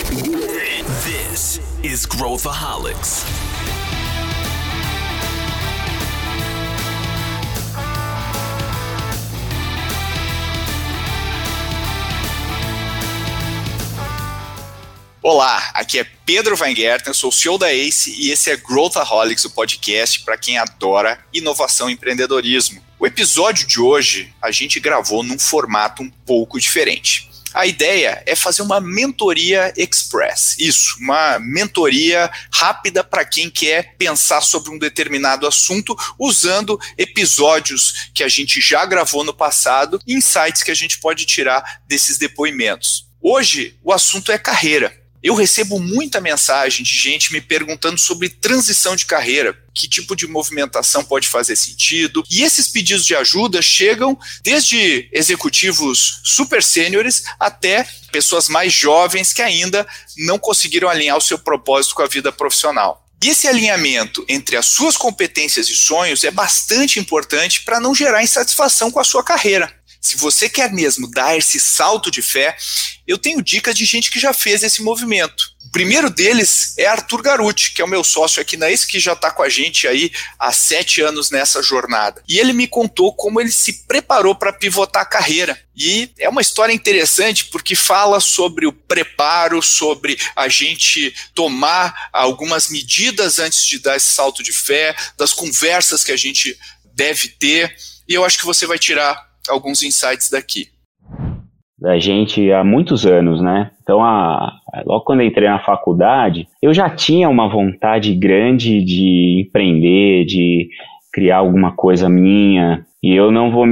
This is Growthaholics. Olá, aqui é Pedro Weingarten, eu sou o CEO da ACE e esse é Growthaholics, o podcast para quem adora inovação e empreendedorismo. O episódio de hoje a gente gravou num formato um pouco diferente. A ideia é fazer uma mentoria express, uma mentoria rápida para quem quer pensar sobre um determinado assunto, usando episódios que a gente já gravou no passado e insights que a gente pode tirar desses depoimentos. Hoje o assunto é carreira. Eu recebo muita mensagem de gente me perguntando sobre transição de carreira, que tipo de movimentação pode fazer sentido, e esses pedidos de ajuda chegam desde executivos super sêniores até pessoas mais jovens que ainda não conseguiram alinhar o seu propósito com a vida profissional. E esse alinhamento entre as suas competências e sonhos é bastante importante para não gerar insatisfação com a sua carreira. Se você quer mesmo dar esse salto de fé, eu tenho dicas de gente que já fez esse movimento. O primeiro deles é Arthur Garuti, que é o meu sócio aqui na ACE, que já está com a gente aí há 7 anos nessa jornada. E ele me contou como ele se preparou para pivotar a carreira. E é uma história interessante porque fala sobre o preparo, sobre a gente tomar algumas medidas antes de dar esse salto de fé, das conversas que a gente deve ter. E eu acho que você vai tirar alguns insights daqui. Da gente há muitos anos, né? Então, logo quando eu entrei na faculdade, eu já tinha uma vontade grande de empreender, de criar alguma coisa minha. E eu não vou me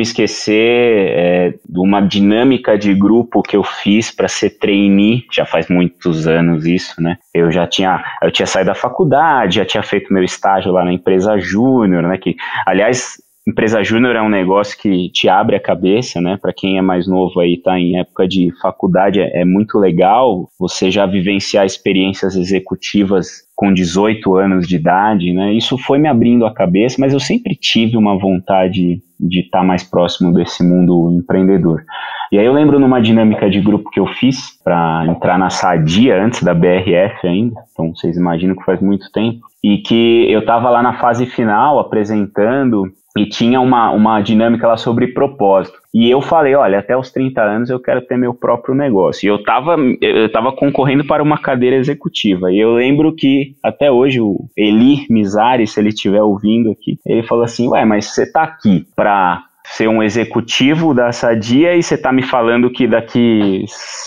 esquecer de uma dinâmica de grupo que eu fiz para ser trainee, já faz muitos anos isso, né? Eu tinha saído da faculdade, já tinha feito meu estágio lá na empresa Júnior, né? Que, aliás, empresa júnior é um negócio que te abre a cabeça, né? Para quem é mais novo aí, tá em época de faculdade, é muito legal você já vivenciar experiências executivas com 18 anos de idade, né? Isso foi me abrindo a cabeça, mas eu sempre tive uma vontade de estar mais próximo desse mundo empreendedor. E aí eu lembro numa dinâmica de grupo que eu fiz para entrar na Sadia, antes da BRF ainda, então vocês imaginam que faz muito tempo, e que eu estava lá na fase final apresentando e tinha uma dinâmica lá sobre propósito. E eu falei, olha, até os 30 anos eu quero ter meu próprio negócio. E eu tava concorrendo para uma cadeira executiva. E eu lembro que, até hoje, o Eli Mizari, se ele estiver ouvindo aqui, ele falou assim, mas você tá aqui para ser um executivo da Sadia e você tá me falando que daqui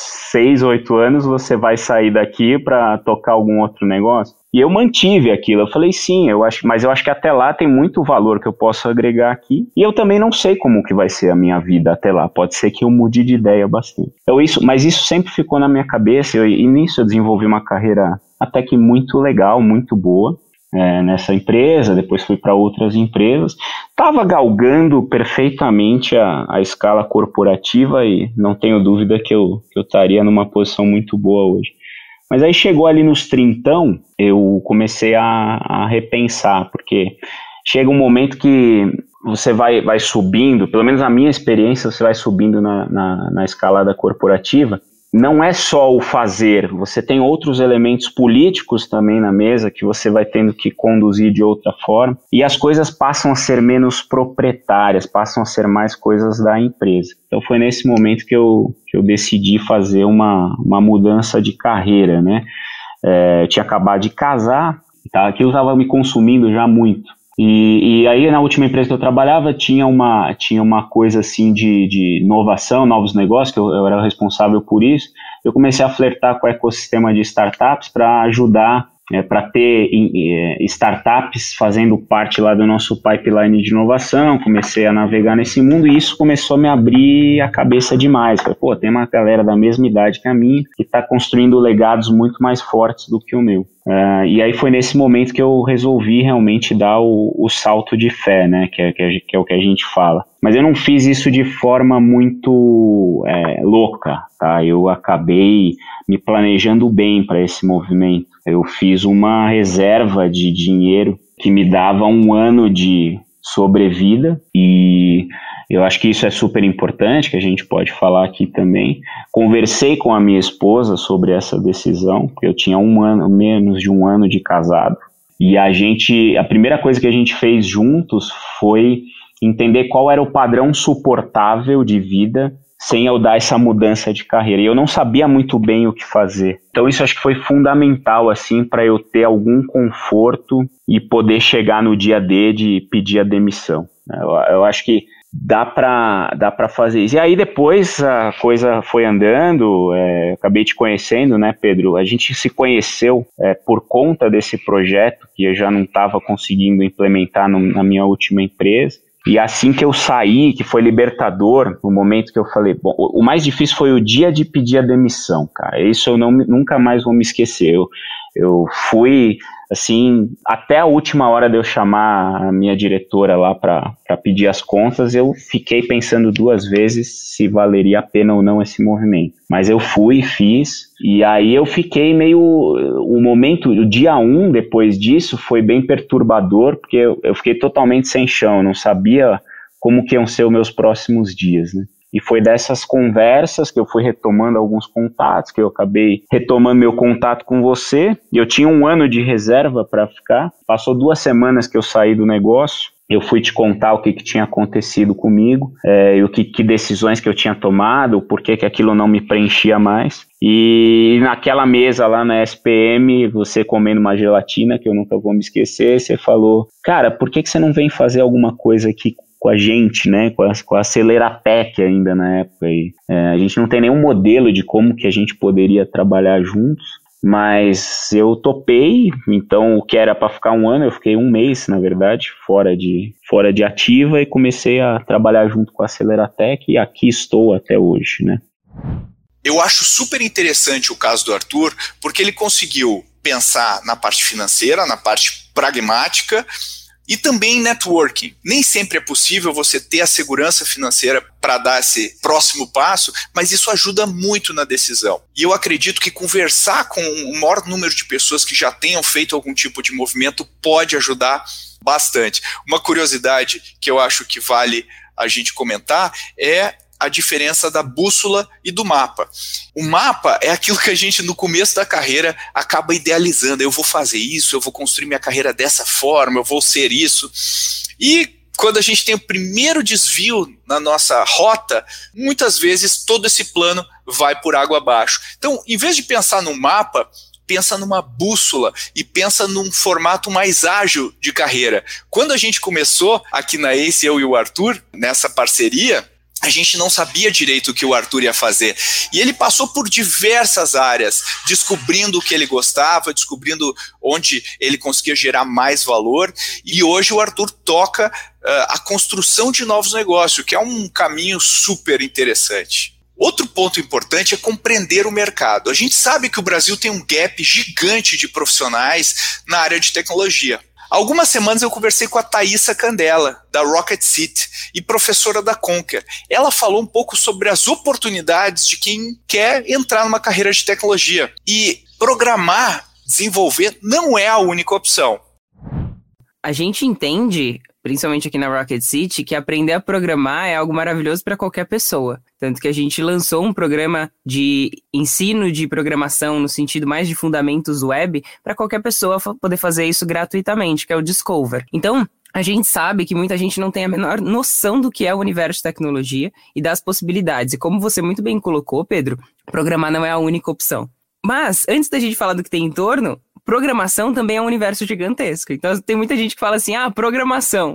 6, 8 anos você vai sair daqui para tocar algum outro negócio? E eu mantive aquilo, eu falei sim, mas eu acho que até lá tem muito valor que eu posso agregar aqui, e eu também não sei como que vai ser a minha vida até lá, pode ser que eu mude de ideia bastante. Mas isso sempre ficou na minha cabeça, e nisso eu desenvolvi uma carreira até que muito legal, muito boa, nessa empresa, depois fui para outras empresas, estava galgando perfeitamente a escala corporativa, e não tenho dúvida que eu estaria numa posição muito boa hoje. Mas aí chegou ali nos 30, eu comecei a repensar, porque chega um momento que você vai subindo, pelo menos na minha experiência, você vai subindo na escalada corporativa, não é só o fazer, você tem outros elementos políticos também na mesa que você vai tendo que conduzir de outra forma, e as coisas passam a ser menos proprietárias, passam a ser mais coisas da empresa. Então foi nesse momento que eu decidi fazer uma mudança de carreira, né? Eu tinha acabado de casar, tá? Aquilo estava me consumindo já muito. E aí na última empresa que eu trabalhava tinha uma coisa assim de inovação, novos negócios, que eu era responsável por isso. Eu comecei a flertar com o ecossistema de startups para ajudar, para ter startups fazendo parte lá do nosso pipeline de inovação. Comecei a navegar nesse mundo e isso começou a me abrir a cabeça demais. Falei, tem uma galera da mesma idade que a minha que está construindo legados muito mais fortes do que o meu. E aí foi nesse momento que eu resolvi realmente dar o salto de fé, né, que é o que a gente fala. Mas eu não fiz isso de forma muito louca, tá? Eu acabei me planejando bem para esse movimento. Eu fiz uma reserva de dinheiro que me dava 1 ano de sobrevida, e eu acho que isso é super importante, que a gente pode falar aqui também. Conversei com a minha esposa sobre essa decisão, porque eu tinha menos de um ano de casado, e a primeira coisa que a gente fez juntos foi entender qual era o padrão suportável de vida sem eu dar essa mudança de carreira. E eu não sabia muito bem o que fazer. Então isso acho que foi fundamental, assim, para eu ter algum conforto e poder chegar no dia D de pedir a demissão. Eu acho que dá para fazer isso. E aí depois a coisa foi andando, acabei te conhecendo, né, Pedro? A gente se conheceu por conta desse projeto que eu já não estava conseguindo implementar na minha última empresa. E assim que eu saí, que foi libertador, no momento que eu falei, bom, o mais difícil foi o dia de pedir a demissão, cara. Isso eu nunca mais vou me esquecer. Eu fui, assim, até a última hora de eu chamar a minha diretora lá para pedir as contas, eu fiquei pensando 2 vezes se valeria a pena ou não esse movimento. Mas eu fui e fiz, e aí eu fiquei o dia 1 depois disso foi bem perturbador, porque eu fiquei totalmente sem chão, eu não sabia como que iam ser os meus próximos dias, né? E foi dessas conversas que eu fui retomando alguns contatos, que eu acabei retomando meu contato com você, e eu tinha 1 ano de reserva para ficar. Passou 2 semanas que eu saí do negócio, eu fui te contar o que tinha acontecido comigo, e que decisões que eu tinha tomado, o porquê que aquilo não me preenchia mais. E naquela mesa lá na SPM, você comendo uma gelatina, que eu nunca vou me esquecer, você falou, cara, por que você não vem fazer alguma coisa aqui com a gente, né, com a Aceleratec ainda na época. A gente não tem nenhum modelo de como que a gente poderia trabalhar juntos, mas eu topei. Então o que era para ficar 1 ano, eu fiquei 1 mês, na verdade, fora de ativa, e comecei a trabalhar junto com a Aceleratec, e aqui estou até hoje, né. Eu acho super interessante o caso do Arthur, porque ele conseguiu pensar na parte financeira, na parte pragmática, e também networking. Nem sempre é possível você ter a segurança financeira para dar esse próximo passo, mas isso ajuda muito na decisão. E eu acredito que conversar com o maior número de pessoas que já tenham feito algum tipo de movimento pode ajudar bastante. Uma curiosidade que eu acho que vale a gente comentar é a diferença da bússola e do mapa. O mapa é aquilo que a gente, no começo da carreira, acaba idealizando. Eu vou fazer isso, eu vou construir minha carreira dessa forma, eu vou ser isso. E quando a gente tem o primeiro desvio na nossa rota, muitas vezes todo esse plano vai por água abaixo. Então, em vez de pensar no mapa, pensa numa bússola e pensa num formato mais ágil de carreira. Quando a gente começou aqui na ACE, eu e o Arthur, nessa parceria, a gente não sabia direito o que o Arthur ia fazer. E ele passou por diversas áreas, descobrindo o que ele gostava, descobrindo onde ele conseguia gerar mais valor. E hoje o Arthur toca a construção de novos negócios, que é um caminho super interessante. Outro ponto importante é compreender o mercado. A gente sabe que o Brasil tem um gap gigante de profissionais na área de tecnologia. Há algumas semanas eu conversei com a Thaísa Candela, da Rocket City, e professora da Conquer. Ela falou um pouco sobre as oportunidades de quem quer entrar numa carreira de tecnologia. E programar, desenvolver, não é a única opção. A gente entende, principalmente aqui na Rocket City, que aprender a programar é algo maravilhoso para qualquer pessoa. Tanto que a gente lançou um programa de ensino de programação no sentido mais de fundamentos web para qualquer pessoa poder fazer isso gratuitamente, que é o Discover. Então, a gente sabe que muita gente não tem a menor noção do que é o universo de tecnologia e das possibilidades. E como você muito bem colocou, Pedro, programar não é a única opção. Mas, antes da gente falar do que tem em torno, programação também é um universo gigantesco. Então, tem muita gente que fala assim, programação.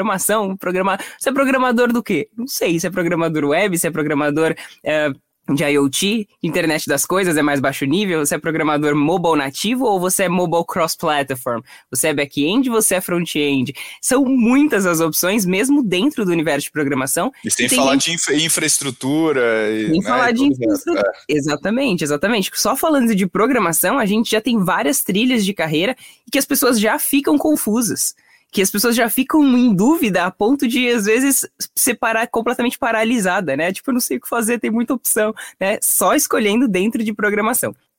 Você é programador do quê? Não sei, se é programador web, se é programador de IoT, internet das coisas, é mais baixo nível, você é programador mobile nativo ou você é mobile cross-platform? Você é back-end, você é front-end? São muitas as opções, mesmo dentro do universo de programação. E sem falar de infraestrutura. Sem falar de infraestrutura. Exatamente. Só falando de programação, a gente já tem várias trilhas de carreira e que as pessoas já ficam confusas. Que as pessoas já ficam em dúvida a ponto de, às vezes, ser completamente paralisada, né? Tipo, eu não sei o que fazer, tem muita opção, né? Só escolhendo dentro de programação.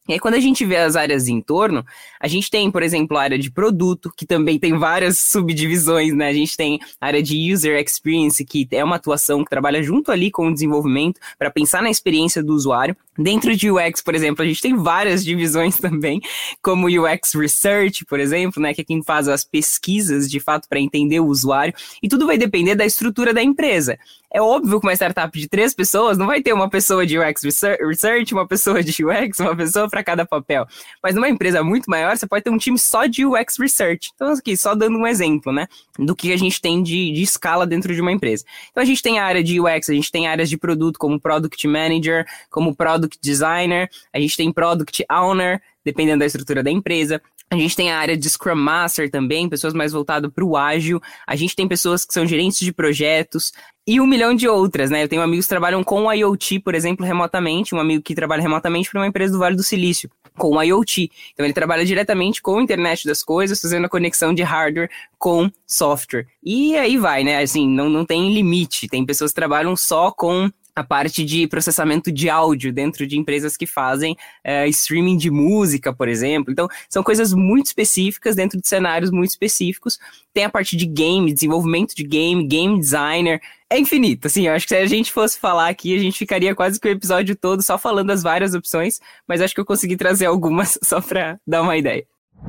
E aí, quando a gente vê as áreas em torno, a gente tem, por exemplo, a área de produto, que também tem várias subdivisões, né? A gente tem a área de user experience, que é uma atuação que trabalha junto ali com o desenvolvimento para pensar na experiência do usuário. Dentro de UX, por exemplo, a gente tem várias divisões também, como UX Research, por exemplo, né? Que é quem faz as pesquisas, de fato, para entender o usuário. E tudo vai depender da estrutura da empresa. É óbvio que uma startup de 3 pessoas não vai ter uma pessoa de UX Research, uma pessoa de UX, uma pessoa para cada papel. Mas numa empresa muito maior, você pode ter um time só de UX Research. Então, aqui, só dando um exemplo, né, do que a gente tem de escala dentro de uma empresa. Então, a gente tem a área de UX, a gente tem áreas de produto como Product Manager, como Product Designer, a gente tem Product Owner, dependendo da estrutura da empresa. A gente tem a área de Scrum Master também, pessoas mais voltadas para o ágil. A gente tem pessoas que são gerentes de projetos e 1 milhão de outras, né? Eu tenho amigos que trabalham com IoT, por exemplo, remotamente. Um amigo que trabalha remotamente para uma empresa do Vale do Silício, com IoT. Então, ele trabalha diretamente com a internet das coisas, fazendo a conexão de hardware com software. E aí vai, né? Assim, não tem limite. Tem pessoas que trabalham só com a parte de processamento de áudio dentro de empresas que fazem streaming de música, por exemplo. Então, são coisas muito específicas dentro de cenários muito específicos. Tem a parte de game, desenvolvimento de game designer. É infinito, assim, eu acho que se a gente fosse falar aqui, a gente ficaria quase que o episódio todo só falando as várias opções, mas acho que eu consegui trazer algumas só para dar uma ideia.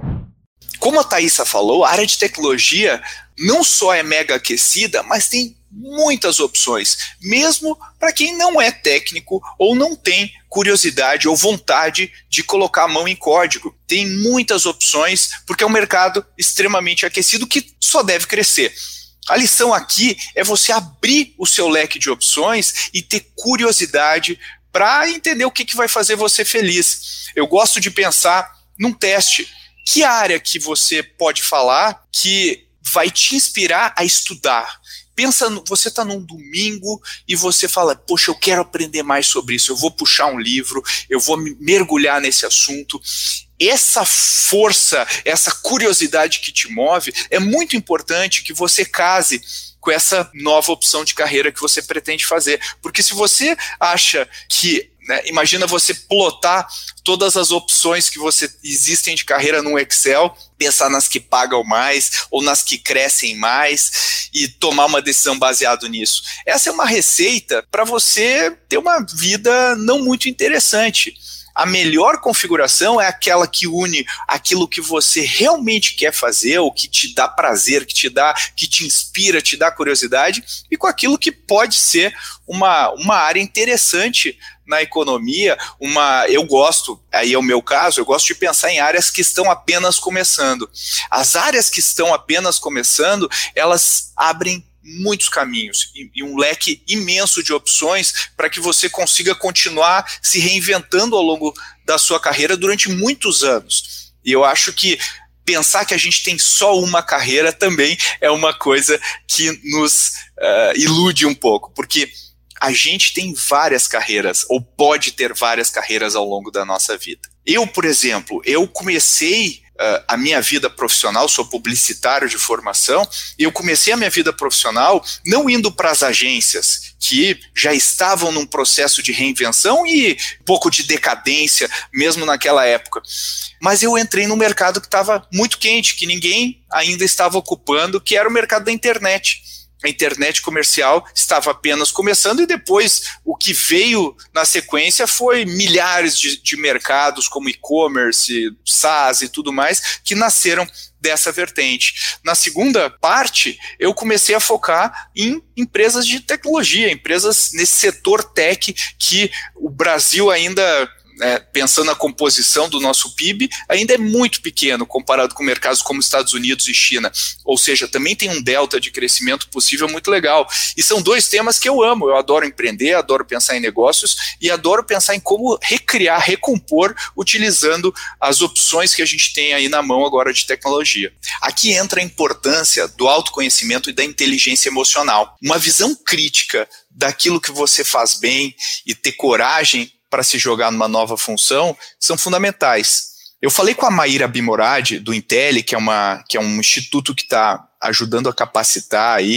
Como a Thaisa falou, a área de tecnologia não só é mega aquecida, mas tem muitas opções, mesmo para quem não é técnico ou não tem curiosidade ou vontade de colocar a mão em código. Tem muitas opções, porque é um mercado extremamente aquecido que só deve crescer. A lição aqui é você abrir o seu leque de opções e ter curiosidade para entender o que vai fazer você feliz. Eu gosto de pensar num teste. Que área que você pode falar que vai te inspirar a estudar? Pensa, você está num domingo e você fala, poxa, eu quero aprender mais sobre isso, eu vou puxar um livro, eu vou mergulhar nesse assunto. Essa força, essa curiosidade que te move, é muito importante que você case com essa nova opção de carreira que você pretende fazer. Porque se você acha que, imagina você plotar todas as opções que existem de carreira no Excel, pensar nas que pagam mais ou nas que crescem mais e tomar uma decisão baseado nisso. Essa é uma receita para você ter uma vida não muito interessante. A melhor configuração é aquela que une aquilo que você realmente quer fazer, ou que te dá prazer, que te inspira, te dá curiosidade, e com aquilo que pode ser uma área interessante na economia. Eu gosto, aí é o meu caso, eu gosto de pensar em áreas que estão apenas começando. As áreas que estão apenas começando, elas abrem muitos caminhos e um leque imenso de opções para que você consiga continuar se reinventando ao longo da sua carreira durante muitos anos. E eu acho que pensar que a gente tem só uma carreira também é uma coisa que nos ilude um pouco, porque a gente tem várias carreiras, ou pode ter várias carreiras ao longo da nossa vida. Eu, por exemplo, comecei a minha vida profissional, sou publicitário de formação, e eu comecei a minha vida profissional não indo para as agências, que já estavam num processo de reinvenção e um pouco de decadência, mesmo naquela época. Mas eu entrei num mercado que estava muito quente, que ninguém ainda estava ocupando, que era o mercado da internet. A internet comercial estava apenas começando, e depois o que veio na sequência foi milhares de mercados como e-commerce, SaaS e tudo mais, que nasceram dessa vertente. Na segunda parte, eu comecei a focar em empresas de tecnologia, empresas nesse setor tech que o Brasil ainda, pensando na composição do nosso PIB, ainda é muito pequeno comparado com mercados como Estados Unidos e China. Ou seja, também tem um delta de crescimento possível muito legal. E são dois temas que eu amo. Eu adoro empreender, adoro pensar em negócios e adoro pensar em como recriar, recompor, utilizando as opções que a gente tem aí na mão agora de tecnologia. Aqui entra a importância do autoconhecimento e da inteligência emocional. Uma visão crítica daquilo que você faz bem e ter coragem para se jogar numa nova função, são fundamentais. Eu falei com a Maíra Bimoradi, do Intelli, que é um instituto que está ajudando a capacitar aí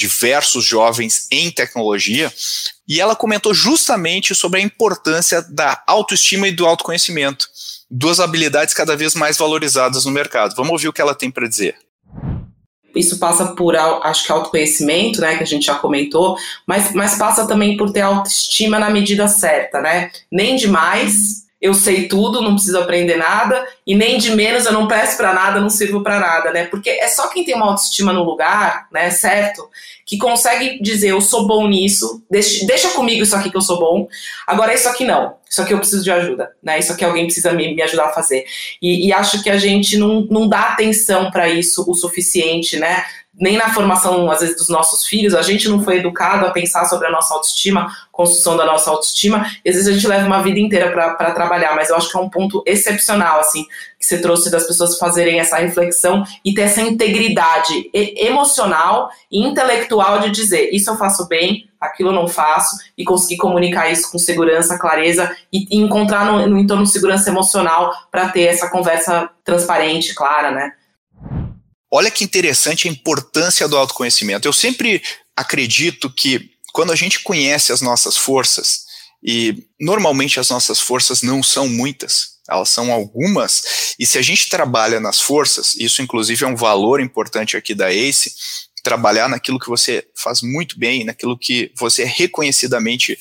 diversos jovens em tecnologia, e ela comentou justamente sobre a importância da autoestima e do autoconhecimento, duas habilidades cada vez mais valorizadas no mercado. Vamos ouvir o que ela tem para dizer. Isso passa por, acho que autoconhecimento, né, que a gente já comentou, mas passa também por ter autoestima na medida certa, né? Nem demais, eu sei tudo, não preciso aprender nada, e nem de menos, eu não presto para nada, não sirvo para nada, né? Porque é só quem tem uma autoestima no lugar, né, certo, que consegue dizer, eu sou bom nisso, deixa comigo isso aqui que eu sou bom, agora isso aqui não, isso aqui eu preciso de ajuda, né? Isso aqui alguém precisa me ajudar a fazer. E acho que a gente não dá atenção para isso o suficiente, né? Nem na formação, às vezes, dos nossos filhos, a gente não foi educado a pensar sobre a nossa autoestima, construção da nossa autoestima, e às vezes a gente leva uma vida inteira para trabalhar, mas eu acho que é um ponto excepcional, assim, que você trouxe das pessoas fazerem essa reflexão e ter essa integridade emocional e intelectual de dizer, isso eu faço bem, aquilo eu não faço, e conseguir comunicar isso com segurança, clareza, e encontrar no entorno de segurança emocional para ter essa conversa transparente, clara, né? Olha que interessante a importância do autoconhecimento. Eu sempre acredito que quando a gente conhece as nossas forças, e normalmente as nossas forças não são muitas, elas são algumas, e se a gente trabalha nas forças, isso inclusive é um valor importante aqui da ACE, trabalhar naquilo que você faz muito bem, naquilo que você é reconhecidamente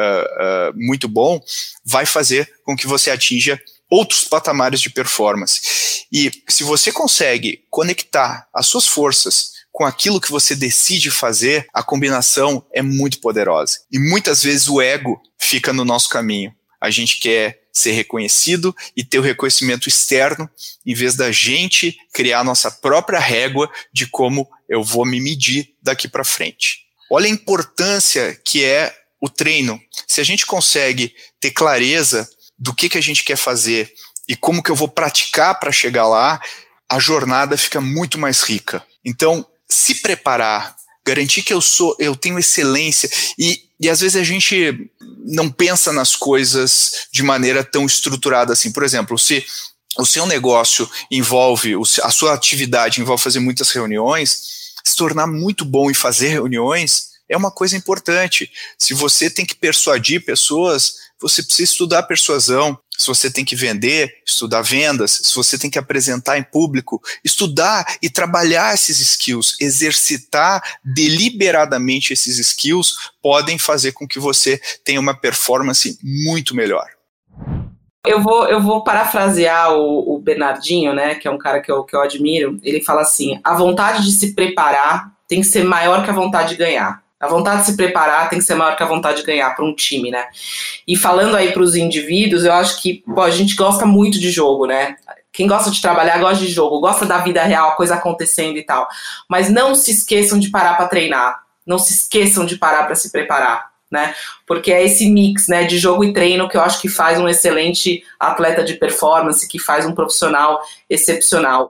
muito bom, vai fazer com que você atinja outros patamares de performance. E se você consegue conectar as suas forças com aquilo que você decide fazer, a combinação é muito poderosa. E muitas vezes o ego fica no nosso caminho. A gente quer ser reconhecido e ter o reconhecimento externo, em vez da gente criar a nossa própria régua de como eu vou me medir daqui para frente. Olha a importância que é o treino. Se a gente consegue ter clareza do que a gente quer fazer e como que eu vou praticar para chegar lá, a jornada fica muito mais rica. Então, se preparar, garantir que eu tenho excelência, e às vezes a gente não pensa nas coisas de maneira tão estruturada assim. Por exemplo, se o seu negócio envolve, a sua atividade envolve fazer muitas reuniões, se tornar muito bom em fazer reuniões é uma coisa importante. Se você tem que persuadir pessoas, você precisa estudar persuasão. Se você tem que vender, estudar vendas. Se você tem que apresentar em público, estudar e trabalhar esses skills, exercitar deliberadamente esses skills, podem fazer com que você tenha uma performance muito melhor. Eu vou parafrasear o Bernardinho, né, que é um cara que eu admiro. Ele fala assim, a vontade de se preparar tem que ser maior que a vontade de ganhar. A vontade de se preparar tem que ser maior que a vontade de ganhar para um time, né? E falando aí para os indivíduos, eu acho que a gente gosta muito de jogo, né? Quem gosta de trabalhar gosta de jogo, gosta da vida real, a coisa acontecendo e tal. Mas não se esqueçam de parar para treinar. Não se esqueçam de parar para se preparar, né? Porque é esse mix, né, de jogo e treino que eu acho que faz um excelente atleta de performance, que faz um profissional excepcional.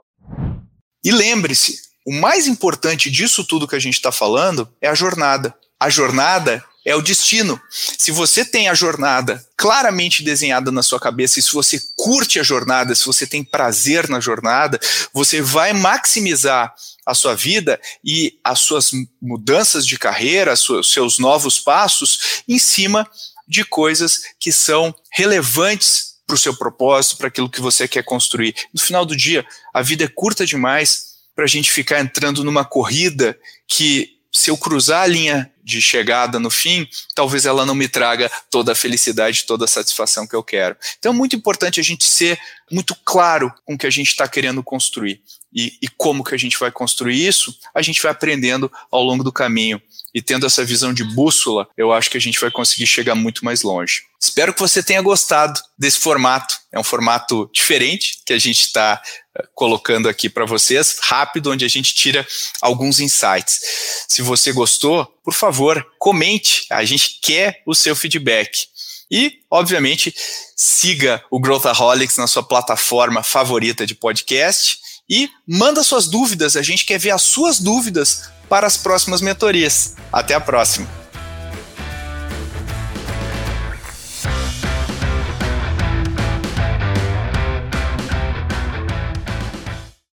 E lembre-se, o mais importante disso tudo que a gente está falando é a jornada. A jornada é o destino. Se você tem a jornada claramente desenhada na sua cabeça, e se você curte a jornada, se você tem prazer na jornada, você vai maximizar a sua vida e as suas mudanças de carreira, os seus novos passos em cima de coisas que são relevantes para o seu propósito, para aquilo que você quer construir. No final do dia, a vida é curta demais para a gente ficar entrando numa corrida que, se eu cruzar a linha de chegada no fim, talvez ela não me traga toda a felicidade, toda a satisfação que eu quero. Então é muito importante a gente ser muito claro com o que a gente está querendo construir. E como que a gente vai construir isso, a gente vai aprendendo ao longo do caminho. E tendo essa visão de bússola, eu acho que a gente vai conseguir chegar muito mais longe. Espero que você tenha gostado desse formato. É um formato diferente que a gente está colocando aqui para vocês, rápido, onde a gente tira alguns insights. Se você gostou, por favor, comente. A gente quer o seu feedback. E, obviamente, siga o Growthaholics na sua plataforma favorita de podcast e manda suas dúvidas. A gente quer ver as suas dúvidas para as próximas mentorias. Até a próxima!